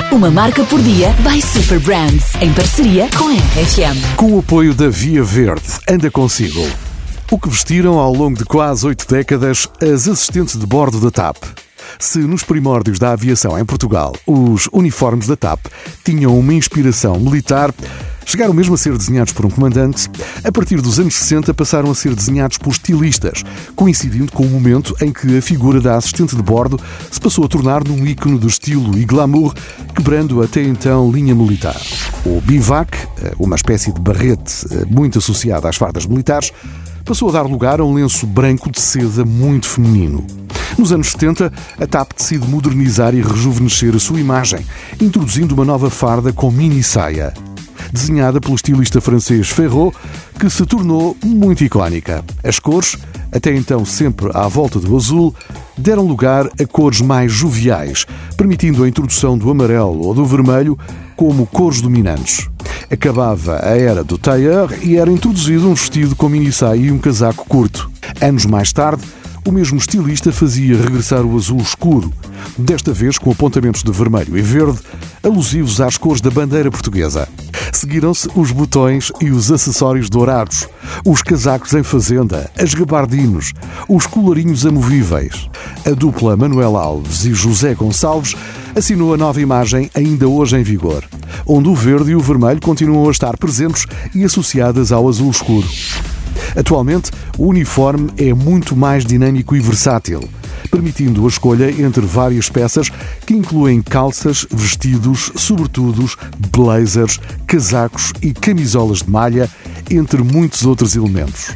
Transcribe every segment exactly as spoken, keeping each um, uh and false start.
Uma marca por dia by Super Brands, em parceria com a R F M. Com o apoio da Via Verde, anda consigo. O que vestiram ao longo de quase oito décadas as assistentes de bordo da T A P. Se nos primórdios da aviação em Portugal os uniformes da T A P tinham uma inspiração militar, chegaram mesmo a ser desenhados por um comandante, a partir dos anos sessenta passaram a ser desenhados por estilistas, coincidindo com o momento em que a figura da assistente de bordo se passou a tornar num ícone do estilo e glamour, quebrando até então linha militar. O bivac, uma espécie de barrete muito associado às fardas militares, passou a dar lugar a um lenço branco de seda muito feminino. Nos anos setenta, a T A P decide modernizar e rejuvenescer a sua imagem, introduzindo uma nova farda com mini saia. Desenhada pelo estilista francês Ferraud, que se tornou muito icónica. As cores, até então sempre à volta do azul, deram lugar a cores mais joviais, permitindo a introdução do amarelo ou do vermelho como cores dominantes. Acabava a era do tailleur e era introduzido um vestido com mini saia e um casaco curto. Anos mais tarde, o mesmo estilista fazia regressar o azul escuro, desta vez com apontamentos de vermelho e verde, alusivos às cores da bandeira portuguesa. Seguiram-se os botões e os acessórios dourados, os casacos em fazenda, as gabardinos, os colarinhos amovíveis. A dupla Manuel Alves e José Gonçalves assinou a nova imagem ainda hoje em vigor, onde o verde e o vermelho continuam a estar presentes e associadas ao azul escuro. Atualmente, o uniforme é muito mais dinâmico e versátil, permitindo a escolha entre várias peças que incluem calças, vestidos, sobretudos, blazers, casacos e camisolas de malha, entre muitos outros elementos.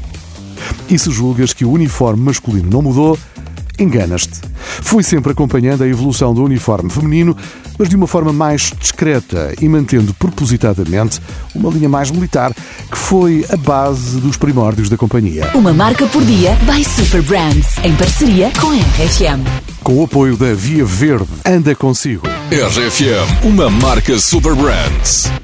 E se julgas que o uniforme masculino não mudou, enganas-te. Foi sempre acompanhando a evolução do uniforme feminino, mas de uma forma mais discreta e mantendo propositadamente uma linha mais militar, que foi a base dos primórdios da companhia. Uma marca por dia by Super Brands, em parceria com a R F M. Com o apoio da Via Verde, anda consigo. R F M, uma marca Super Brands.